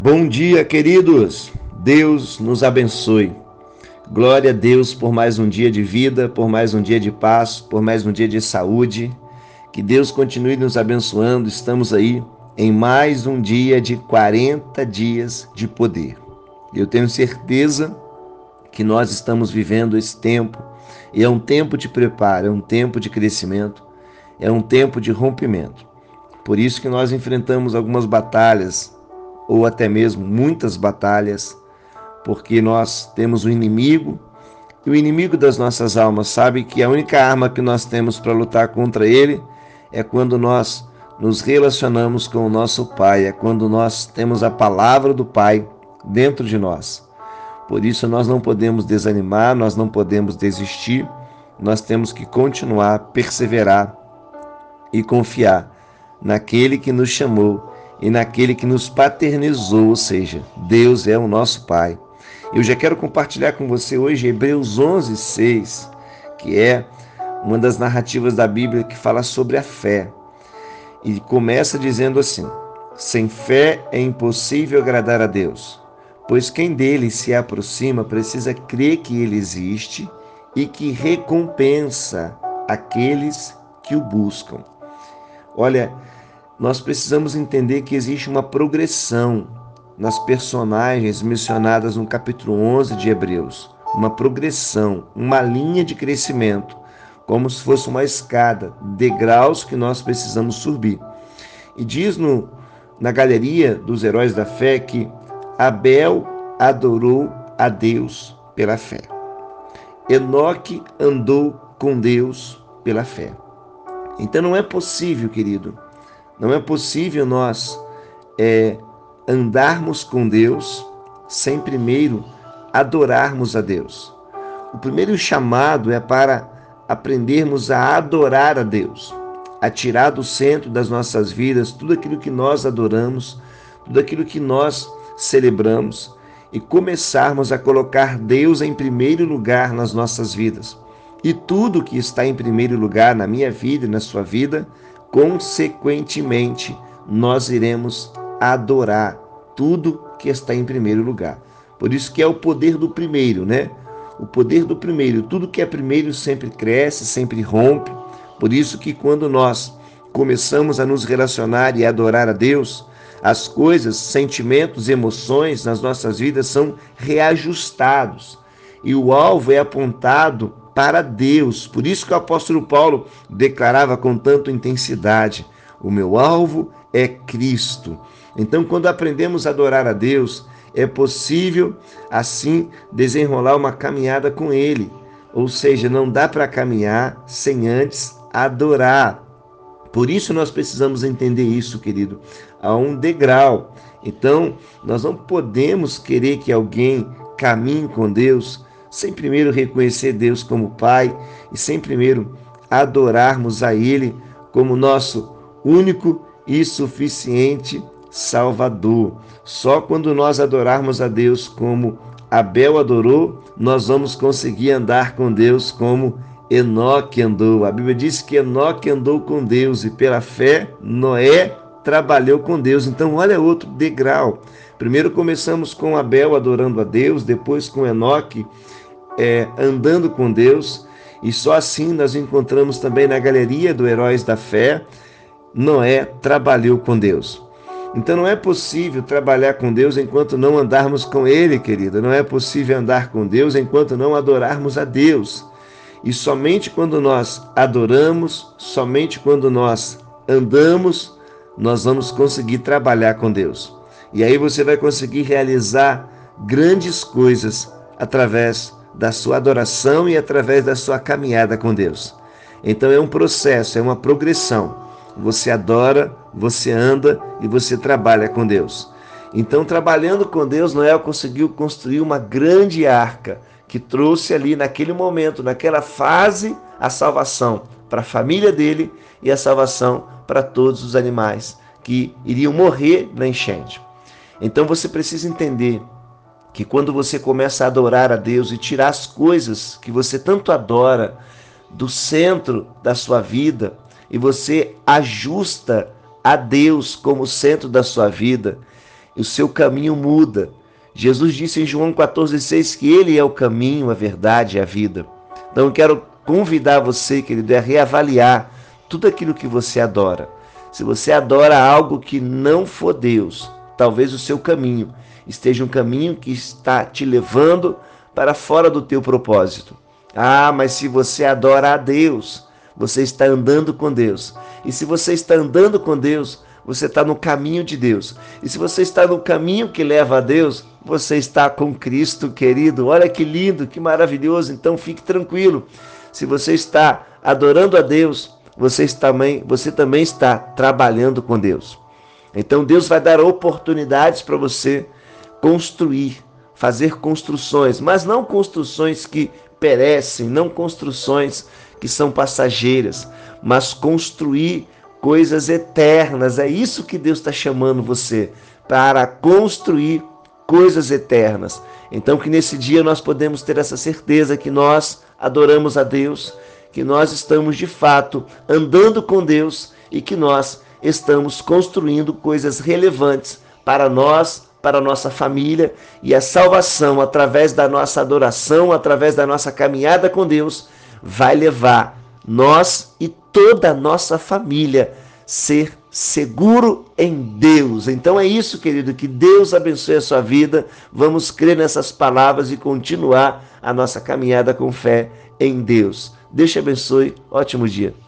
Bom dia, queridos. Deus nos abençoe. Glória a Deus por mais um dia de vida, por mais um dia de paz, por mais um dia de saúde. Que Deus continue nos abençoando. Estamos aí em mais um dia de 40 dias de poder. Eu tenho certeza que nós estamos vivendo esse tempo e é um tempo de preparo, é um tempo de crescimento, é um tempo de rompimento. Por isso que nós enfrentamos algumas batalhas ou até mesmo muitas batalhas, porque nós temos um inimigo e o inimigo das nossas almas sabe que a única arma que nós temos para lutar contra ele é quando nós nos relacionamos com o nosso Pai, é quando nós temos a palavra do Pai dentro de nós. Por isso nós não podemos desanimar, nós não podemos desistir, nós temos que continuar, perseverar e confiar naquele que nos chamou e naquele que nos paternizou, ou seja, Deus é o nosso Pai. Eu já quero compartilhar com você hoje Hebreus 11:6, que é uma das narrativas da Bíblia que fala sobre a fé. E começa dizendo assim: sem fé é impossível agradar a Deus, pois quem dele se aproxima precisa crer que ele existe e que recompensa aqueles que o buscam. Olha, nós precisamos entender que existe uma progressão nas personagens mencionadas no capítulo 11 de Hebreus. Uma progressão, uma linha de crescimento, como se fosse uma escada, degraus que nós precisamos subir. E diz na galeria dos heróis da fé que Abel adorou a Deus pela fé. Enoque andou com Deus pela fé. Então não é possível, querido, não é possível nós andarmos com Deus sem primeiro adorarmos a Deus. O primeiro chamado é para aprendermos a adorar a Deus, a tirar do centro das nossas vidas tudo aquilo que nós adoramos, tudo aquilo que nós celebramos e começarmos a colocar Deus em primeiro lugar nas nossas vidas. E tudo que está em primeiro lugar na minha vida e na sua vida, consequentemente, nós iremos adorar tudo que está em primeiro lugar. Por isso que é o poder do primeiro, né? O poder do primeiro. Tudo que é primeiro sempre cresce, sempre rompe. Por isso que quando nós começamos a nos relacionar e adorar a Deus, as coisas, sentimentos, emoções nas nossas vidas são reajustados. E o alvo é apontado para Deus. Por isso que o apóstolo Paulo declarava com tanta intensidade: o meu alvo é Cristo. Então, quando aprendemos a adorar a Deus, é possível, assim, desenrolar uma caminhada com Ele. Ou seja, não dá para caminhar sem antes adorar. Por isso nós precisamos entender isso, querido. Há um degrau. Então, nós não podemos querer que alguém caminhe com Deus sem primeiro reconhecer Deus como Pai e sem primeiro adorarmos a Ele como nosso único e suficiente Salvador. Só quando nós adorarmos a Deus como Abel adorou, nós vamos conseguir andar com Deus como Enoque andou. A Bíblia diz que Enoque andou com Deus e pela fé Noé trabalhou com Deus. Então olha outro degrau. Primeiro começamos com Abel adorando a Deus, depois com Enoque andando com Deus, e só assim nós encontramos também na galeria dos heróis da fé, Noé trabalhou com Deus. Então não é possível trabalhar com Deus enquanto não andarmos com Ele, querida. Não é possível andar com Deus enquanto não adorarmos a Deus. E somente quando nós adoramos, somente quando nós andamos, nós vamos conseguir trabalhar com Deus. E aí você vai conseguir realizar grandes coisas através da sua adoração e através da sua caminhada com Deus. Então é um processo, é uma progressão. Você adora, você anda e você trabalha com Deus. Então, trabalhando com Deus, Noé conseguiu construir uma grande arca que trouxe ali naquele momento, naquela fase, a salvação para a família dele e a salvação para todos os animais que iriam morrer na enchente. Então você precisa entender que quando você começa a adorar a Deus e tirar as coisas que você tanto adora do centro da sua vida e você ajusta a Deus como centro da sua vida o seu caminho muda. Jesus disse em João 14,6 que Ele é o caminho, a verdade e a vida. Então eu quero convidar você, querido, a reavaliar tudo aquilo que você adora. Se você adora algo que não for Deus, talvez o seu caminho esteja um caminho que está te levando para fora do teu propósito. Ah, mas se você adora a Deus, você está andando com Deus. E se você está andando com Deus, você está no caminho de Deus. E se você está no caminho que leva a Deus, você está com Cristo, querido. Olha que lindo, que maravilhoso. Então fique tranquilo. Se você está adorando a Deus, você também está trabalhando com Deus. Então Deus vai dar oportunidades para você construir, fazer construções, mas não construções que perecem, não construções que são passageiras, mas construir coisas eternas. É isso que Deus está chamando você, para construir coisas eternas. Então que nesse dia nós podemos ter essa certeza que nós adoramos a Deus, que nós estamos de fato andando com Deus e que nós estamos construindo coisas relevantes para nós, para a nossa família, e a salvação através da nossa adoração, através da nossa caminhada com Deus, vai levar nós e toda a nossa família ser seguro em Deus. Então é isso, querido, que Deus abençoe a sua vida. Vamos crer nessas palavras e continuar a nossa caminhada com fé em Deus. Deus te abençoe. Ótimo dia.